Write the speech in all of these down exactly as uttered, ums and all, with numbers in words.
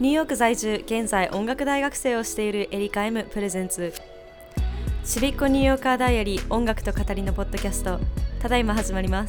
ニューヨーク在住、現在音楽大学生をしているエリカ M プレゼンツちびっこニューヨーカーダイアリー、音楽と語りのポッドキャスト、ただいま始まります。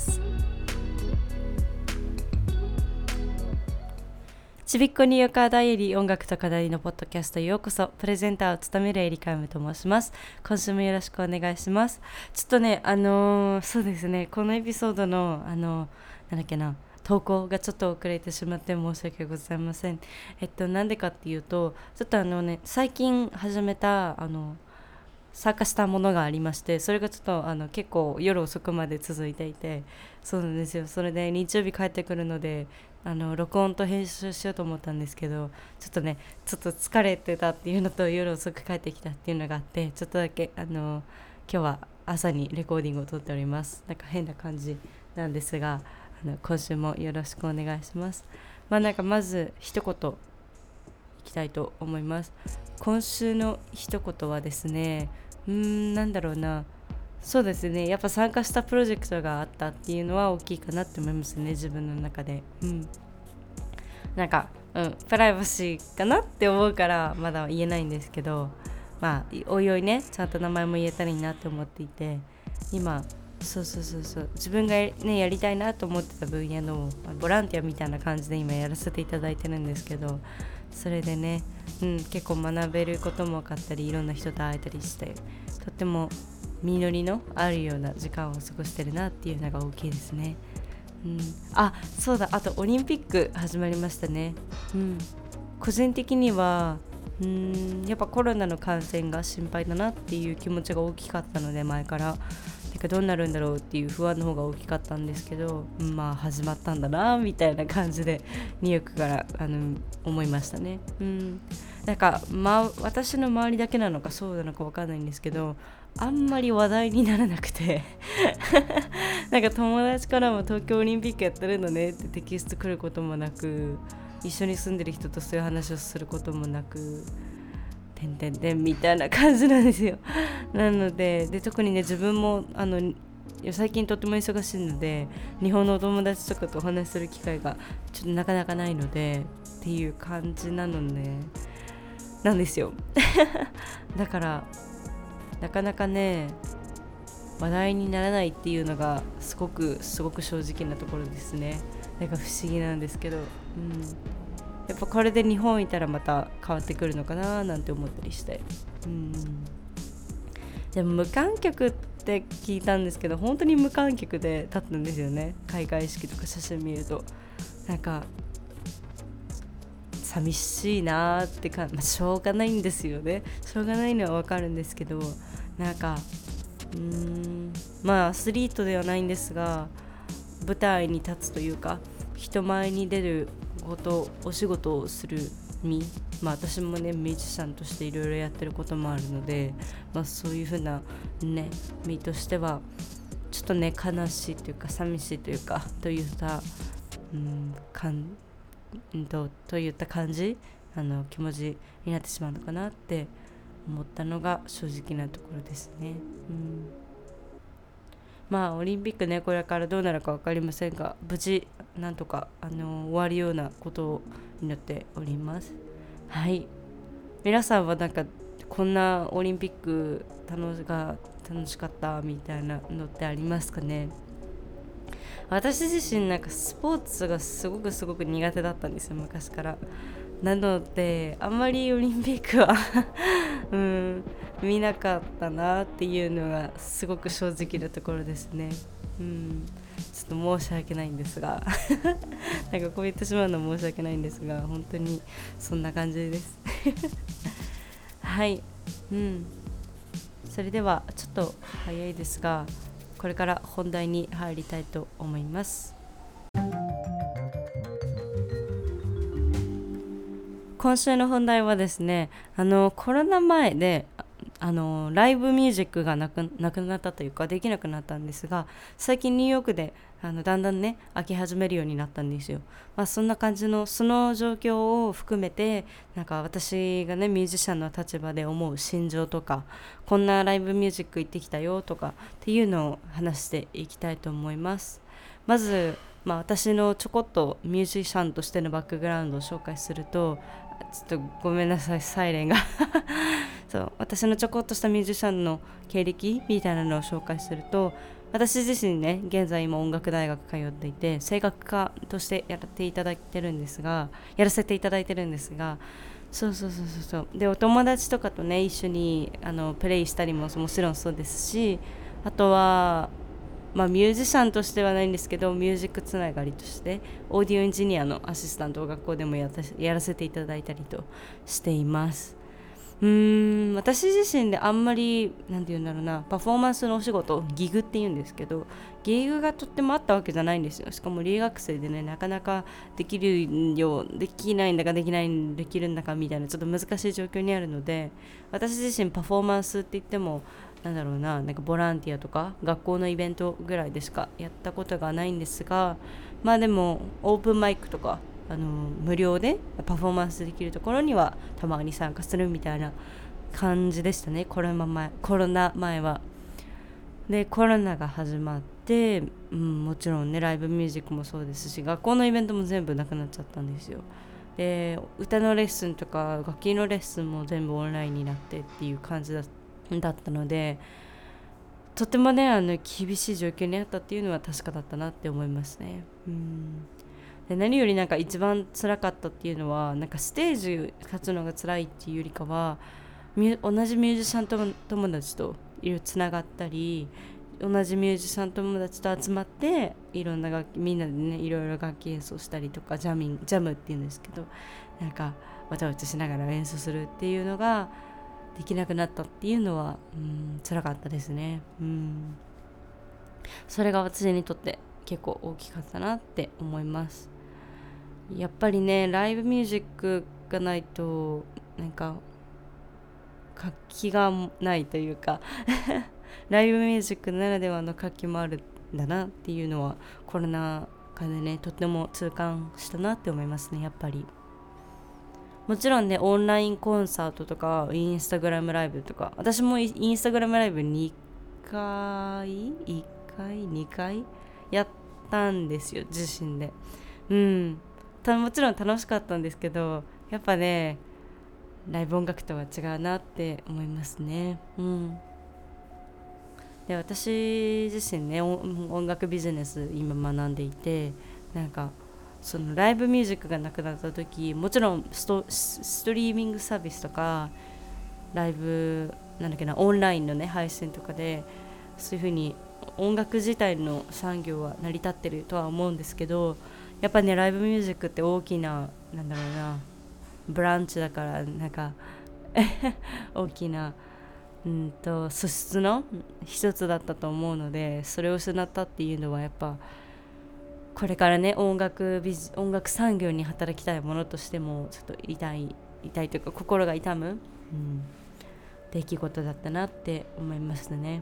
ちびっこニューヨーカーダイアリー、音楽と語りのポッドキャストへようこそ。プレゼンターを務めるエリカ M と申します。今週もよろしくお願いします。ちょっとねあのー、そうですねこのエピソードのあのなんだっけな投稿がちょっと遅れてしまって申し訳ございません。えっとなんでかっていうと、ちょっとあのね最近始めたあの参加したものがありまして、それがちょっとあの結構夜遅くまで続いていて、そうなんですよ。それで日曜日帰ってくるのであの録音と編集しようと思ったんですけど、ちょっとねちょっと疲れてたっていうのと夜遅く帰ってきたっていうのがあって、ちょっとだけあの今日は朝にレコーディングを撮っております。なんか変な感じなんですが、あの今週もよろしくお願いします。まあなんかまず一言いきたいと思います。今週の一言はですね、うーんなんだろうなそうですねやっぱ参加したプロジェクトがあったっていうのは大きいかなって思いますね、自分の中で。うんなんか、うん、プライバシーかなって思うからまだ言えないんですけど、まあおいおいねちゃんと名前も言えたらいいなって思っていて、今そうそうそうそう自分が、ね、やりたいなと思ってた分野のボランティアみたいな感じで今やらせていただいてるんですけど、それでね、うん、結構学べることも多かったり、いろんな人と会えたりして、とっても実りのあるような時間を過ごしてるなっていうのが大きいですね。うん、あそうだあとオリンピック始まりましたね。うん、個人的にはうーんやっぱコロナの感染が心配だなっていう気持ちが大きかったので、前からてかどうなるんだろうっていう不安の方が大きかったんですけど、うん、まあ始まったんだなみたいな感じでニューヨークからあの思いましたね。うんなんか、ま、私の周りだけなのかそうなのか分かんないんですけど、あんまり話題にならなくてなんか友達からも東京オリンピックやってるのねってテキスト来ることもなく、一緒に住んでる人とそういう話をすることもなく、てんてんてんみたいな感じなんですよ。なので、で特にね自分もあの最近とっても忙しいので、日本のお友達とかとお話しする機会がちょっとなかなかないのでっていう感じなのでなんですよだからなかなかね話題にならないっていうのがすごくすごく正直なところですね。なんか不思議なんですけど、うん、やっぱこれで日本いたらまた変わってくるのかななんて思ったりして、うん、でも無観客って聞いたんですけど、本当に無観客で立ったんですよね。開会式とか写真見るとなんか寂しいなーってか、まあ、しょうがないんですよね。しょうがないのは分かるんですけど、なんかうーんまあアスリートではないんですが、舞台に立つというか人前に出ること、お仕事をする身、まあ私もねミュージシャンとしていろいろやってることもあるので、まあそういう風なね身としてはちょっとね悲しいというか寂しいというかといったうん感と, といった感じあの気持ちになってしまうのかなって思ったのが正直なところですね。うんまあオリンピックねこれからどうなるか分かりませんが、無事なんとかあの終わるようなことを祈っております。はい、皆さんはなんかこんなオリンピック楽しが楽しかったみたいなのってありますかね。私自身なんかスポーツがすごくすごく苦手だったんですよ、昔から。なのであんまりオリンピックはうん見なかったなっていうのがすごく正直なところですね。うんちょっと申し訳ないんですがなんかこう言ってしまうの申し訳ないんですが、本当にそんな感じですはい、うん、それではちょっと早いですがこれから本題に入りたいと思います。今週の本題はですね、あのコロナ前であのライブミュージックがなく、なくなったというかできなくなったんですが、最近ニューヨークであのだんだんね開き始めるようになったんですよ。まあ、そんな感じのその状況を含めて、なんか私がねミュージシャンの立場で思う心情とか、こんなライブミュージック行ってきたよとかっていうのを話していきたいと思います。まずまあ、私のちょこっとミュージシャンとしてのバックグラウンドを紹介すると、 ちょっとごめんなさいサイレンがそう私のちょこっとしたミュージシャンの経歴みたいなのを紹介すると、私自身ね現在今音楽大学通っていて声楽家としてやらせていただいてるんですがやらせていただいてるんですがそうそうそうそうそうでお友達とかとね一緒にあのプレイしたりももちろんそうですし、あとはまあミュージシャンとしてはないんですけどミュージックつながりとしてオーディオエンジニアのアシスタントを学校でもやたやらせていただいたりとしています。うーん私自身であんまりなんて言うんだろうなパフォーマンスのお仕事ギグって言うんですけどギグがとってもあったわけじゃないんですよ。しかも留学生でねなかなかできるよできないんだかできないんできるんだかみたいなちょっと難しい状況にあるので、私自身パフォーマンスって言ってもなんだろうななんかボランティアとか学校のイベントぐらいでしかやったことがないんですが、まあでもオープンマイクとかあの無料でパフォーマンスできるところにはたまに参加するみたいな感じでしたね。コロナ前、コロナ前は。でコロナが始まって、うん、もちろんねライブミュージックもそうですし学校のイベントも全部なくなっちゃったんですよ。で歌のレッスンとか楽器のレッスンも全部オンラインになってっていう感じだだったので、とてもねあの厳しい状況にあったっていうのは確かだったなって思いますね。うんで何よりなんか一番辛かったっていうのはなんかステージ立つのが辛いっていうよりかは同じミュージシャンと友達といろいろつながったり同じミュージシャン友達と集まっていろんな楽器みんなでねいろいろ楽器演奏したりとかジャミンジャムっていうんですけどなんかわちゃわちゃしながら演奏するっていうのができなくなったっていうのはうん辛かったですね。うんそれが私にとって結構大きかったなって思います。やっぱりねライブミュージックがないとなんか活気がないというかライブミュージックならではの活気もあるんだなっていうのはコロナ禍でねとっても痛感したなって思いますね。やっぱりもちろんねオンラインコンサートとかインスタグラムライブとか私もインスタグラムライブにかいいっかいにかいやったんですよ自身で。うんもちろん楽しかったんですけどやっぱねライブ音楽とは違うなって思いますね。うんで私自身ね音楽ビジネス今学んでいてなんかそのライブミュージックがなくなった時もちろんスト、ストリーミングサービスとかライブなんだっけなオンラインのね配信とかでそういう風に音楽自体の産業は成り立ってるとは思うんですけど、やっぱねライブミュージックって大きななんだろうなブランチだからなんか大きなうんと素質の一つだったと思うので、それを失ったっていうのはやっぱこれからね音楽ビジ音楽産業に働きたいものとしてもちょっと痛い痛いというか心が痛む、うん、出来事だったなって思いますね。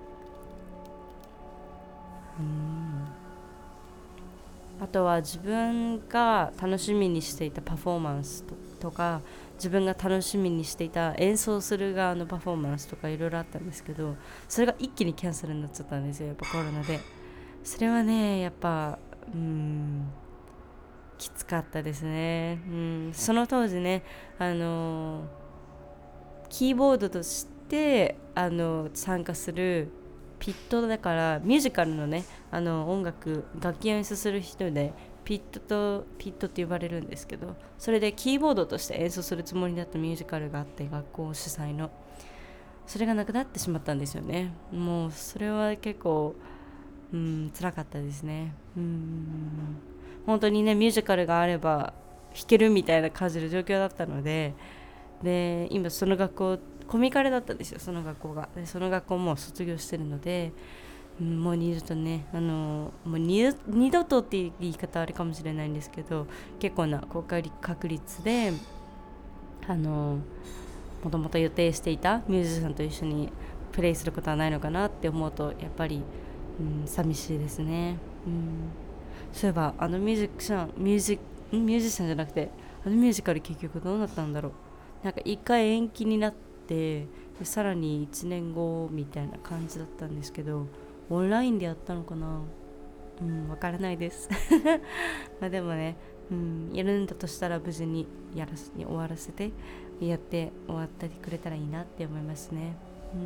うんあとは自分が楽しみにしていたパフォーマンス と, とか自分が楽しみにしていた演奏する側のパフォーマンスとかいろいろあったんですけど、それが一気にキャンセルになっちゃったんですよやっぱコロナで。それはねやっぱうーんきつかったですね。うんその当時ねあのキーボードとしてあの参加するピットだからミュージカルのねあの音楽楽器を演奏する人でピットとピットって呼ばれるんですけど、それでキーボードとして演奏するつもりだったミュージカルがあって学校主催のそれがなくなってしまったんですよね。もうそれは結構うん辛かったですね。うん本当にねミュージカルがあれば弾けるみたいな感じの状況だったので、で今その学校コミカルだったんですよその学校が。でその学校も卒業してるので、うん、もう二度とねあのもう 二, 二度とっていう言い方あれかもしれないんですけど結構な高確率であのもともと予定していたミュージシャンと一緒にプレイすることはないのかなって思うとやっぱり、うん、寂しいですね。うんそういえばあのミュージシャンミュージミュージシャンじゃなくてあのミュージカル結局どうなったんだろう。なんか一回延期になってでさらにいちねんごみたいな感じだったんですけどオンラインでやったのかなうんわからないですまあでもねうん、やるんだとしたら無事にやらすに終わらせてやって終わってくれたらいいなって思いますね。うん、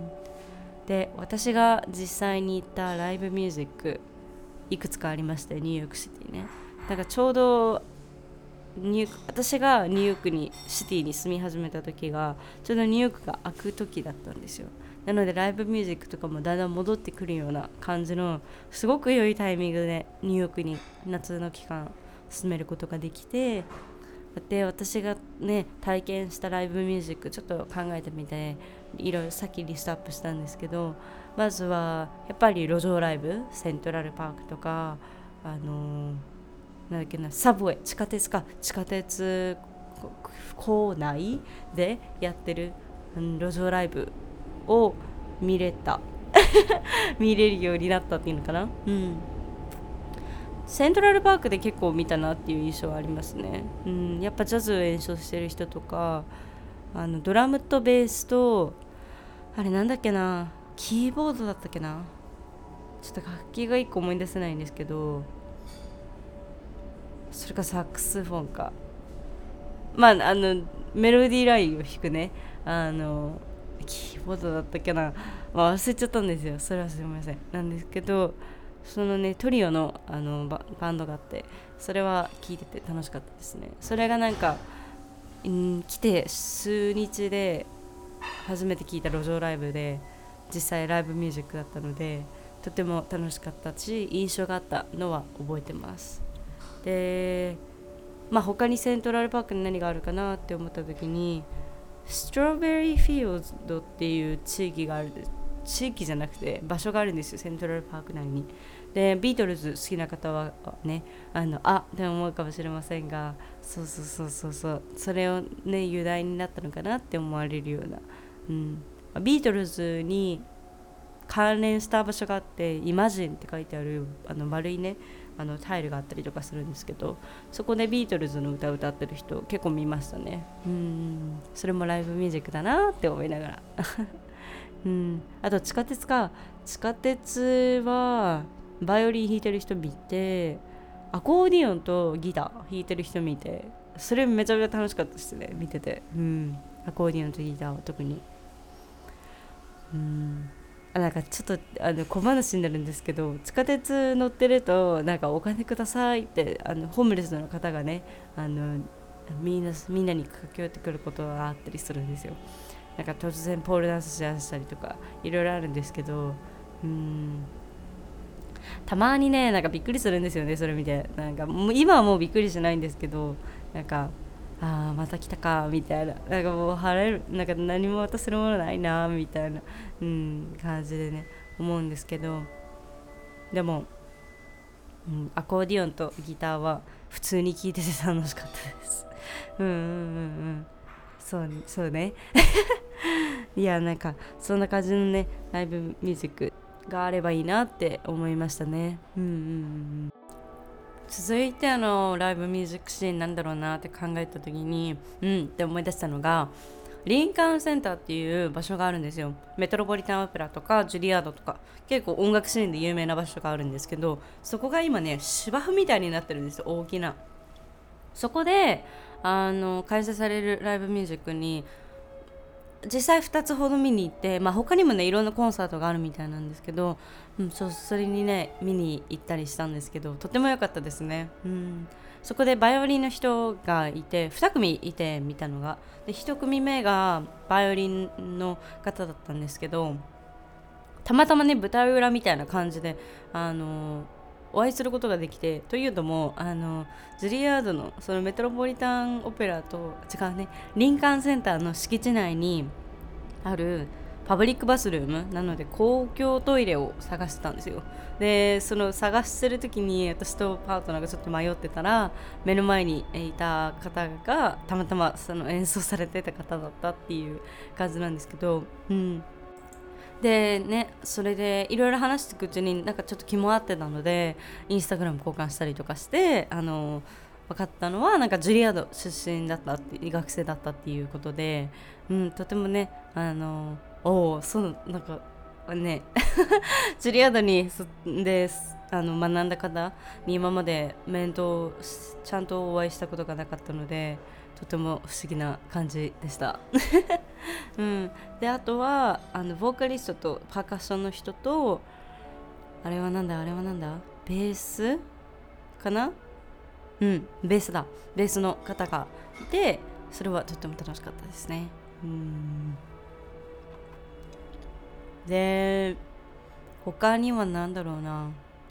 で私が実際に行ったライブミュージックいくつかありまして、ニューヨークシティね。だからちょうどニュー私がニューヨークにシティに住み始めた時がちょうどニューヨークが開く時だったんですよ。なのでライブミュージックとかもだんだん戻ってくるような感じのすごく良いタイミングでニューヨークに夏の期間進めることができて、で私がね体験したライブミュージックちょっと考えてみていろいろさっきリストアップしたんですけど、まずはやっぱり路上ライブ、セントラルパークとかあのーなんだっけな、サブウェイ、地下鉄か地下鉄構内でやってる、うん、路上ライブを見れた見れるようになったっていうのかな。うん、セントラルパークで結構見たなっていう印象はありますね。うん、やっぱジャズを演奏してる人とか、あのドラムとベースとあれなんだっけな、キーボードだったっけな、ちょっと楽器が一個思い出せないんですけど、それかサックスフォンか、まああのメロディーラインを弾くね、あのキーボードだったっけな、まあ、忘れちゃったんですよ。それはすみませんなんですけど、そのねトリオのあの バ, バンドがあって、それは聴いてて楽しかったですね。それがなんか、うん、来て数日で初めて聴いた路上ライブで実際ライブミュージックだったので、とても楽しかったし印象があったのは覚えてます。で、まあ、他にセントラルパークに何があるかなって思った時にストロベリーフィールドっていう地域がある、地域じゃなくて場所があるんですよ、セントラルパーク内に。でビートルズ好きな方はねあのあって思うかもしれませんが、そうそうそうそうそうそれをね由来になったのかなって思われるような、うん、ビートルズに関連した場所があって、イマジンって書いてあるあの丸いねあのタイルがあったりとかするんですけど、そこでビートルズの歌を歌ってる人結構見ましたね。うん、それもライブミュージックだなって思いながらうん、あと地下鉄か、地下鉄はバイオリン弾いてる人見て、アコーディオンとギター弾いてる人見て、それめちゃめちゃ楽しかったですね、見てて。うん、アコーディオンとギターは特に。うん、あなんかちょっとあの小話になるんですけど、地下鉄乗ってるとなんかお金くださいってあのホームレスの方がね、あのみんなみんなに駆け寄ってくることがあったりするんですよ。なんか突然ポールダンスしだしたりとかいろいろあるんですけど、うーんたまにねなんかびっくりするんですよね、それ見て。なんかもう今はもうびっくりしないんですけど、なんかあーまた来たかみたいな、なんかもう払える、なんか何も渡せるものないなみたいな、うん、感じでね思うんですけど、でも、うん、アコーディオンとギターは普通に聴いてて楽しかったですうんうんうんうんそうそうねいやなんかそんな感じのねライブミュージックがあればいいなって思いましたね。うんうんうん。続いてのライブミュージックシーンなんだろうなって考えた時にうんって思い出したのが、リンカーンセンターっていう場所があるんですよ。メトロポリタンオペラとかジュリアードとか結構音楽シーンで有名な場所があるんですけど、そこが今ね芝生みたいになってるんですよ、大きな。そこであの開催されるライブミュージックに実際ふたつほど見に行って、まあ、他にもねいろんなコンサートがあるみたいなんですけど、うん、そうそれにね見に行ったりしたんですけど、とても良かったですね。うん、そこでバイオリンの人がいてに組いて見たのが、でいち組目がバイオリンの方だったんですけど、たまたまね舞台裏みたいな感じであのお会いすることができて、というのもあのジュリアードのそのメトロポリタンオペラと違うねリンカーンセンターの敷地内にあるパブリックバスルームなので公共トイレを探してたんですよ。でその探してる時に私とパートナーがちょっと迷ってたら、目の前にいた方がたまたまその演奏されてた方だったっていう感じなんですけど、うんでね、それでいろいろ話していくうちになんかちょっと気も合ってたのでインスタグラム交換したりとかして、あの分かったのはなんかジュリアード出身だったって学生だったっていうことで、うん、とてもねあのおおそうなんかねジュリアードにそであの学んだ方に今まで面とちゃんとお会いしたことがなかったので、とても不思議な感じでした、うん、であとはあのボーカリストとパーカッションの人と、あれはなんだあれはなんだベースかな、うんベースだベースの方がいて、それはとっても楽しかったですね。うんで他には何だろうな、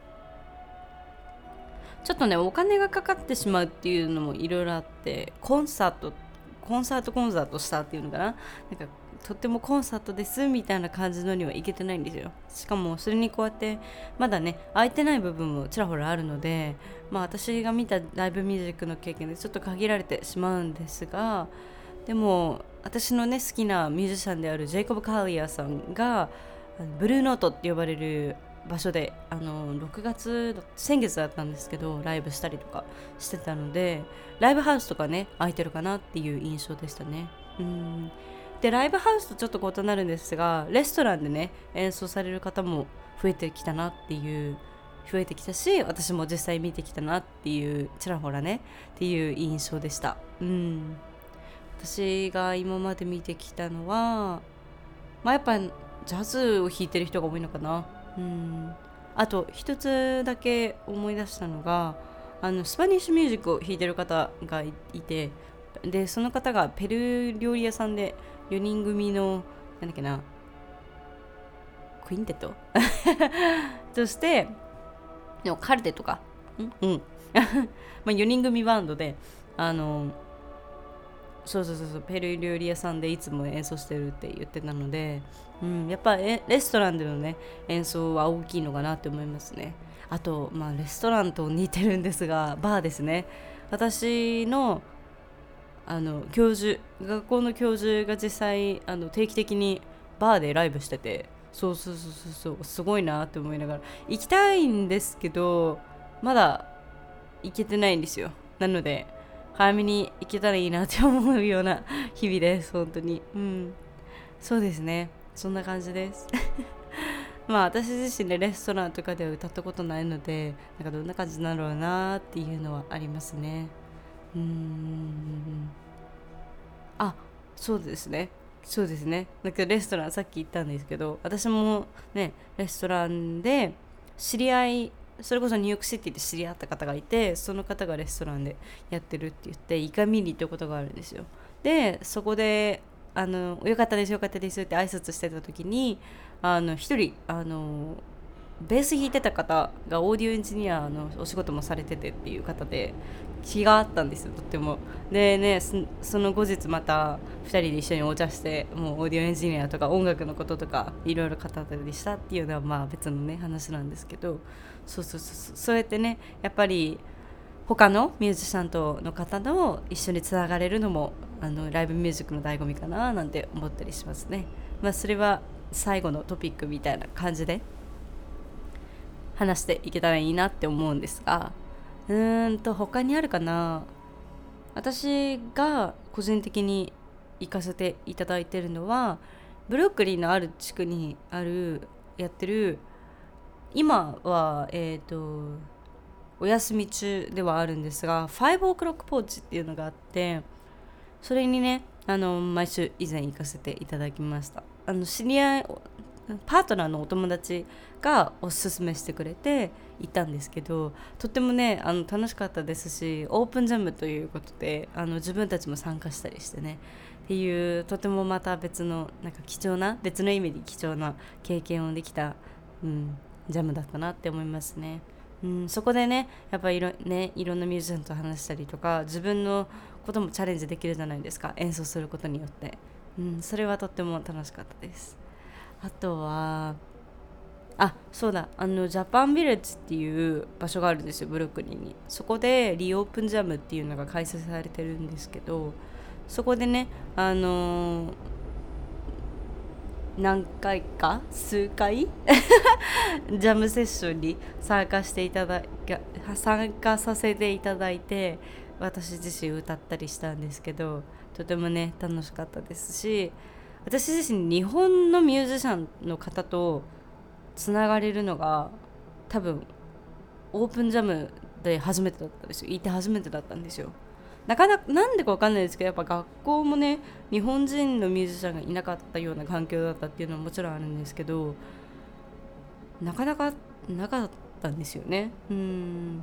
ちょっとねお金がかかってしまうっていうのもいろいろあって、コンサートコンサートコンサートしたっていうのかな、なんかとってもコンサートですみたいな感じのには行けてないんですよ。しかもそれにこうやってまだね空いてない部分もちらほらあるので、まあ私が見たライブミュージックの経験でちょっと限られてしまうんですが、でも私のね好きなミュージシャンであるジェイコブ・カーリアさんがブルーノートって呼ばれる場所であのろくがつ先月だったんですけどライブしたりとかしてたので、ライブハウスとかね空いてるかなっていう印象でしたね。うんでライブハウスとちょっと異なるんですが、レストランでね演奏される方も増えてきたなっていう増えてきたし、私も実際見てきたなっていうちらほらねっていう印象でした。うん私が今まで見てきたのは、まあ、やっぱジャズを弾いてる人が多いのかな。うんあと一つだけ思い出したのが、あのスパニッシュミュージックを弾いてる方がいて、でその方がペルー料理屋さんでよにん組のなんだっけなクインテットとしてでもカルテとかんうんまあよにん組バンドであのそうそうそうそうペルー料理屋さんでいつも演奏してるって言ってたので、うん、やっぱレストランでのね演奏は大きいのかなって思いますね。あと、まあ、レストランと似てるんですがバーですね。私のあの教授学校の教授が実際あの定期的にバーでライブしてて、そうそうそうそうそうすごいなって思いながら行きたいんですけど、まだ行けてないんですよ。なので早めに行けたらいいなって思うような日々です本当に。うんそうですね、そんな感じですまあ私自身でレストランとかでは歌ったことないので、なんかどんな感じなんだろうなっていうのはありますね。うーんあそうですねそうですねなんかレストランさっき言ったんですけど、私もねレストランで知り合い、それこそニューヨークシティで知り合った方がいて、その方がレストランでやってるって言ってイカ見に行ったことがあるんですよ。でそこであのよかったですよかったですって挨拶してた時に、あの一人あのベース弾いてた方がオーディオエンジニアのお仕事もされててっていう方で気があったんですよとっても。でねそその後日またふたりで一緒にお茶して、もうオーディオエンジニアとか音楽のこととかいろいろ語ったりしたっていうのはまあ別のね話なんですけど、そうそうそうそうやってねやっぱり他のミュージシャンとの方と一緒につながれるのもあのライブミュージックの醍醐味かななんて思ったりしますね。まあそれは最後のトピックみたいな感じで話していけたらいいなって思うんですが、うーんと他にあるかな。私が個人的に行かせていただいてるのはブルックリンのある地区にあるやってる、今はえっ、とお休み中ではあるんですがファイブオクロックポーチっていうのがあって、それにねあの毎週以前行かせていただきました。あの知り合いパートナーのお友達がおすすめしてくれて行ったんですけど、とってもねあの楽しかったですし、オープンジャムということであの自分たちも参加したりしてねっていう、とてもまた別のなんか貴重な別の意味で貴重な経験をできた、うん、ジャムだったなって思いますね。うん、そこでねやっぱりいろ、ね、いろんなミュージシャンと話したりとか自分のこともチャレンジできるじゃないですか、演奏することによって、うん、それはとっても楽しかったです。あとはあそうだあのジャパンビレッジっていう場所があるんですよブルックリンに。そこでリオープンジャムっていうのが開催されてるんですけど、そこでねあのー何回か数回ジャムセッションに参加していただ参加させていただいて、私自身歌ったりしたんですけど、とてもね楽しかったですし、私自身日本のミュージシャンの方とつながれるのが多分オープンジャムで初めてだったんですよ。行って初めてだったんですよ。なかなかなんでかわかんないですけど、やっぱ学校もね日本人のミュージシャンがいなかったような環境だったっていうのはもちろんあるんですけど、なかなかなかったんですよね。うーん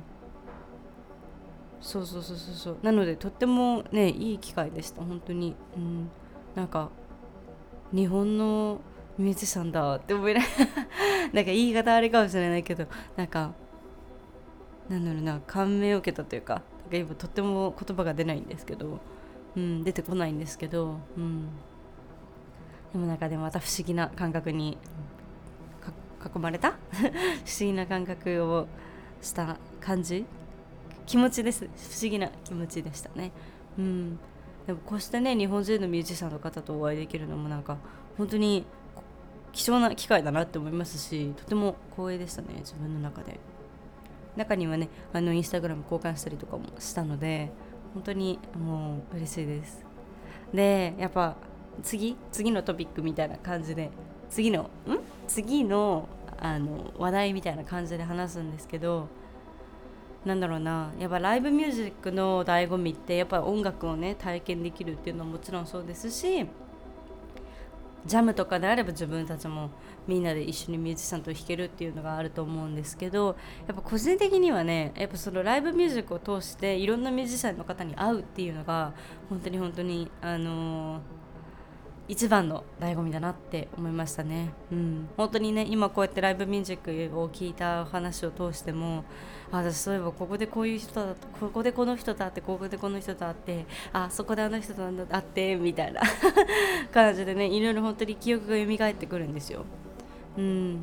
そうそうそうそうそう。なのでとってもねいい機会でした本当に。うん、なんか日本のミュージシャンだって思いながらなんか言い方あれかもしれないけど、なんかなんだろうな、感銘を受けたというか、なんか今とっても言葉が出ないんですけど、うん、出てこないんですけど、うん、でもなんかでもまた不思議な感覚にか囲まれた不思議な感覚をした感じ、気持ちです。不思議な気持ちでしたね。うん、でもこうしてね日本人のミュージシャンの方とお会いできるのもなんか本当に貴重な機会だなって思いますし、とても光栄でしたね自分の中で。中にはねあのインスタグラム交換したりとかもしたので、本当にもう嬉しいです。でやっぱ次次のトピックみたいな感じで、次のん次のあの話題みたいな感じで話すんですけど、なんだろうな、やっぱライブミュージックの醍醐味ってやっぱり音楽をね体験できるっていうのはもちろんそうですし、ジャムとかであれば自分たちもみんなで一緒にミュージシャンと弾けるっていうのがあると思うんですけど、やっぱ個人的にはねやっぱそのライブミュージックを通していろんなミュージシャンの方に会うっていうのが本当に本当にあのー一番の醍醐味だなって思いましたね。うん、本当にね今こうやってライブミュージックを聞いた話を通しても、あ私そういえばここでこういう人だと、ここでこの人と会って、ここでこの人と会って、あそこであの人と会ってみたいな感じでね、いろいろ本当に記憶が蘇ってくるんですよ。うん、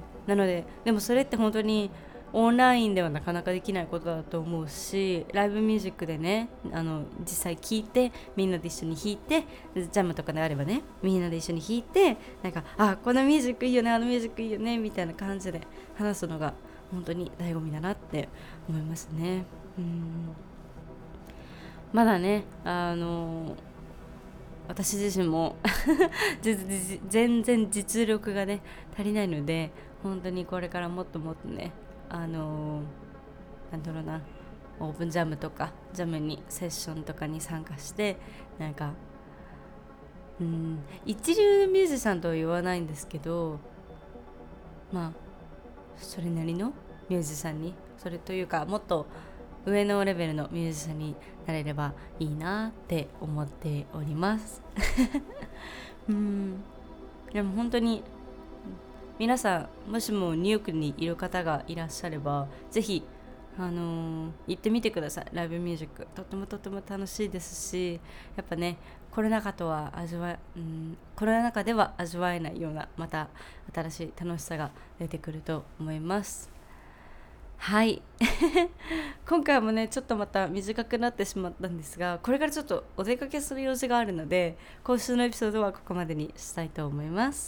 なのででもそれって本当にオンラインではなかなかできないことだと思うし、ライブミュージックでねあの実際聴いてみんなで一緒に弾いて、ジャムとかであればねみんなで一緒に弾いて、なんかあこのミュージックいいよね、あのミュージックいいよねみたいな感じで話すのが本当に醍醐味だなって思いますね。うんまだねあの私自身も全然実力がね足りないので、本当にこれからもっともっとねあのなんだろうな、オープンジャムとかジャムにセッションとかに参加して、なんかうん一流のミュージシャンとは言わないんですけど、まあそれなりのミュージシャンに、それというかもっと上のレベルのミュージシャンになれればいいなって思っておりますうんでも本当に皆さんもしもニューヨークにいる方がいらっしゃれば、ぜひあのー、行ってみてください。ライブミュージックとてもとても楽しいですし、やっぱねコロナ禍とは味わ、うん、コロナ禍では味わえないようなまた新しい楽しさが出てくると思います。はい今回もねちょっとまた短くなってしまったんですが、これからちょっとお出かけする用事があるので、今週のエピソードはここまでにしたいと思います。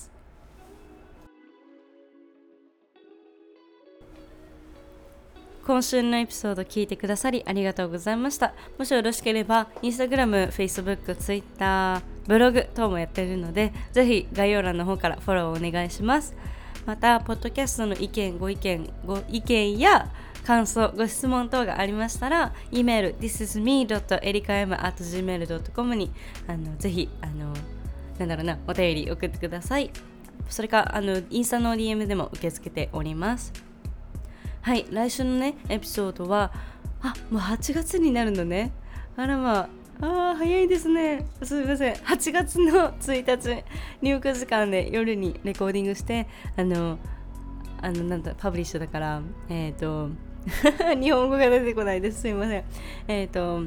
今週のエピソード聞いてくださりありがとうございました。もしよろしければインスタグラム、フェイスブック、ツイッター、ブログ等もやっているので、ぜひ概要欄の方からフォローお願いします。またポッドキャストの意見ご意見ご意見や感想ご質問等がありましたら、 E メール ディスイズミードットエリカエムアットジーメールドットコム にあのぜひあのなんだろうなお便り送ってください。それかあのインスタの ディーエム でも受け付けております。はい、来週のねエピソードはあもうはちがつになるのね。あらまああー早いですね。すみません。はちがつのついたちニューヨーク時間で夜にレコーディングして、あのあのなんだパブリッシュだからえっ、ー、と日本語が出てこないです。すみません。えっ、ー、と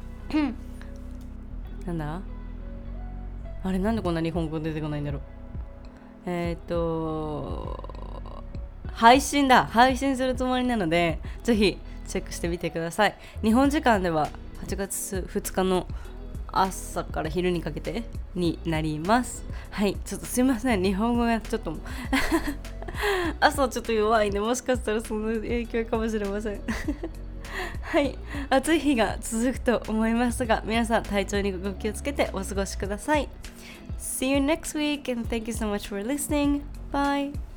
なんだあれなんでこんな日本語出てこないんだろう。えっ、ー、と配信だ配信するつもりなので、ぜひチェックしてみてください。日本時間でははちがつふつかの朝から昼にかけてになります。はい、ちょっとすいません、日本語がちょっと朝ちょっと弱いんで、もしかしたらその影響かもしれませんはい、暑い日が続くと思いますが、皆さん体調にご気をつけてお過ごしください。See you next week and thank you so much for listening. Bye.